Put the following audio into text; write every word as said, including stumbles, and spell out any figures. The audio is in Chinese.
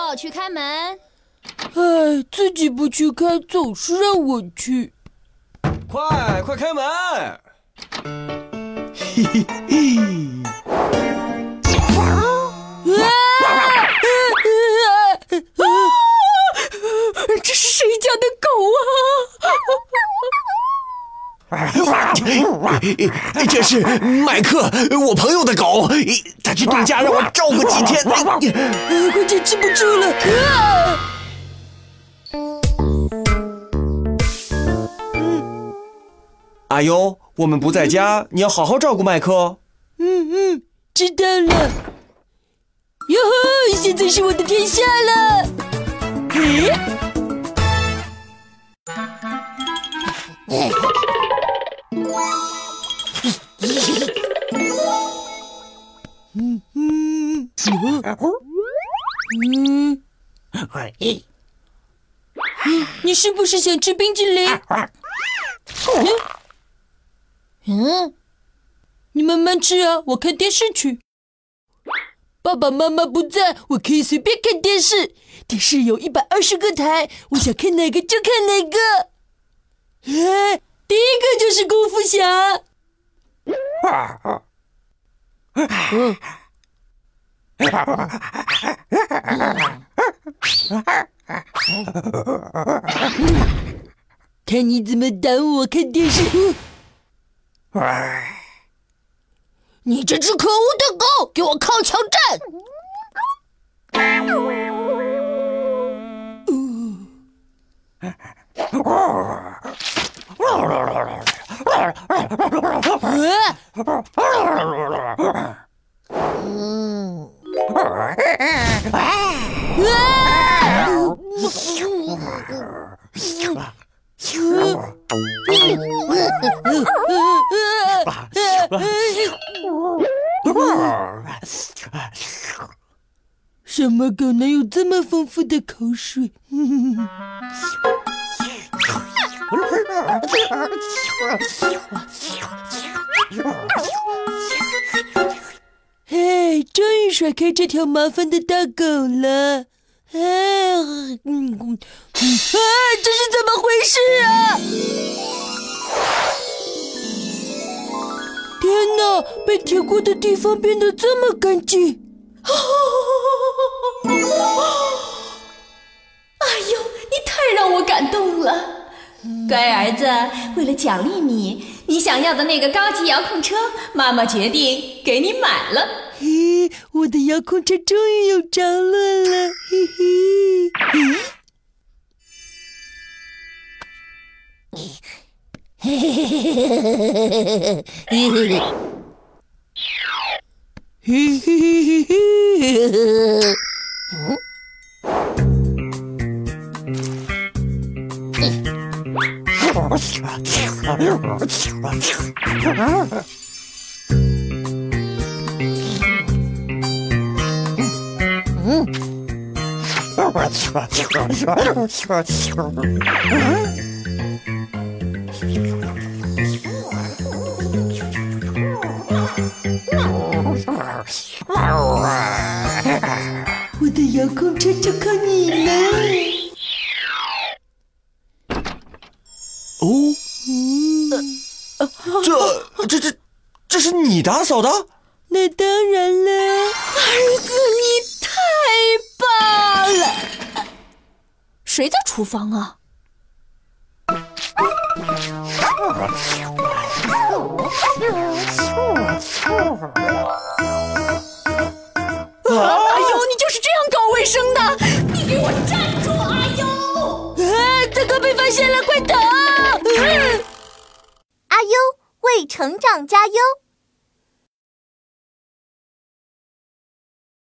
友去开门。 哎，自己不去开，总是让我去。 快快开门！嘿嘿嘿！ 这是谁家的狗啊？这是麦克，我朋友的狗，他去度假让我照顾几天。 哎，快坚持不住了！啊嗯，阿优，我们不在家，你要好好照顾麦克。 嗯嗯，知道了。哟吼，现在是我的天下了。咦？嗯嗯嗯，你是不是想吃冰淇淋？嗯，你慢慢吃啊，我看电视去。爸爸妈妈不在，我可以随便看电视。电视有一百二十个台，我想看哪个就看哪个。哎，第一个就是功夫侠。嗯。看你怎么耽误我看电视！你这只可恶的狗，给我靠墙站！嗯。什么狗能有这么丰富的口水？嘿，终于甩开这条麻烦的大狗了！哎，嗯嗯，啊，这是怎么回事啊？天哪，被舔过的地方变得这么干净！ 哎呦，你太让我感动了！乖儿子，为了奖励你，你想要的那个高级遥控车，妈妈决定给你买了。 嘿，我的遥控车终于有着落了，嘿嘿。嘿嘿嘿嘿嘿嘿嘿嘿嘿嘿。嘿嘿嘿嘿嘿。我的遥控车就靠你了。 哦，嗯，这这这这是你打扫的？ 那当然了， 儿子，你太棒了！谁在厨房啊？阿优，你就是这样搞卫生的！你给我站住，阿优！ 啊，这个被发现了，快逃！ 阿优为成长加油。